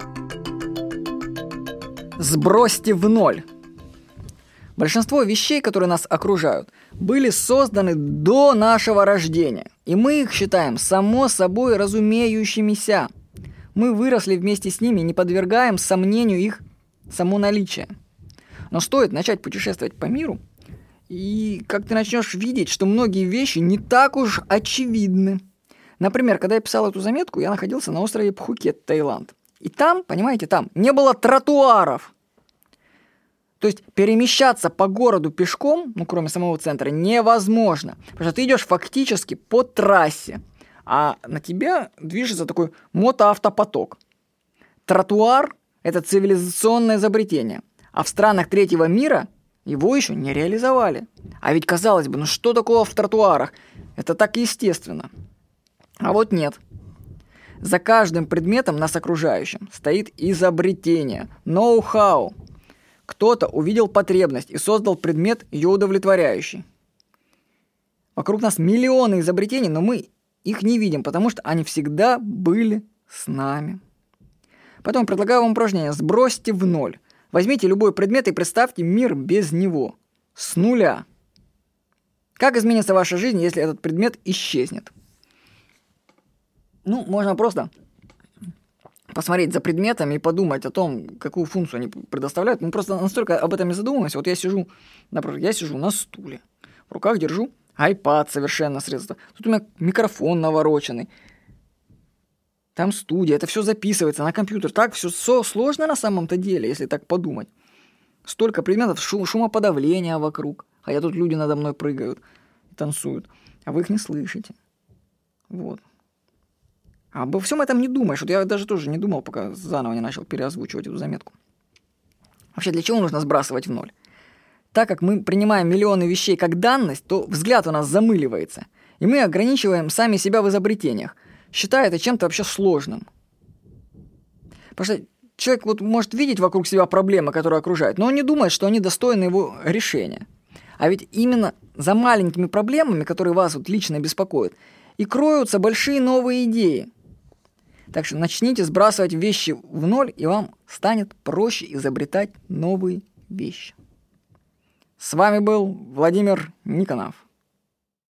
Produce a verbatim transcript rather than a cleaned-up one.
Сбросьте в ноль. Большинство вещей, которые нас окружают, были созданы до нашего рождения, и мы их считаем само собой разумеющимися. Мы выросли вместе с ними и не подвергаем сомнению их само наличие. Но стоит начать путешествовать по миру, и как ты начнешь видеть, что многие вещи не так уж очевидны. Например, когда я писал эту заметку, я находился на острове Пхукет, Таиланд. И там, понимаете, там не было тротуаров. То есть перемещаться по городу пешком, ну кроме самого центра, невозможно. Потому что ты идешь фактически по трассе, а на тебя движется такой мотоавтопоток. Тротуар – это цивилизационное изобретение, а в странах третьего мира его еще не реализовали. А ведь казалось бы, ну что такого в тротуарах? Это так естественно. А вот нет. За каждым предметом нас окружающим стоит изобретение, ноу-хау. Кто-то увидел потребность и создал предмет, ее удовлетворяющий. Вокруг нас миллионы изобретений, но мы их не видим, потому что они всегда были с нами. Поэтому предлагаю вам упражнение. Сбросьте в ноль. Возьмите любой предмет и представьте мир без него. С нуля. Как изменится ваша жизнь, если этот предмет исчезнет? Ну, можно просто посмотреть за предметами и подумать о том, какую функцию они предоставляют. Мы просто настолько об этом не задумываемся. Вот я сижу, например, я сижу на стуле, в руках держу iPad совершенно средство. Тут у меня микрофон навороченный. Там студия, это все записывается на компьютер. Так все сложно на самом-то деле, если так подумать. Столько предметов, шум, шумоподавления вокруг. А я тут люди надо мной прыгают и танцуют. А вы их не слышите. Вот. А обо всем этом не думаешь. Вот я даже тоже не думал, пока заново не начал переозвучивать эту заметку. Вообще, для чего нужно сбрасывать в ноль? Так как мы принимаем миллионы вещей как данность, то взгляд у нас замыливается. И мы ограничиваем сами себя в изобретениях, считая это чем-то вообще сложным. Потому что человек вот может видеть вокруг себя проблемы, которые окружают, но он не думает, что они достойны его решения. А ведь именно за маленькими проблемами, которые вас вот лично беспокоят, и кроются большие новые идеи. Так что начните сбрасывать вещи в ноль, и вам станет проще изобретать новые вещи. С вами был Владимир Никонов.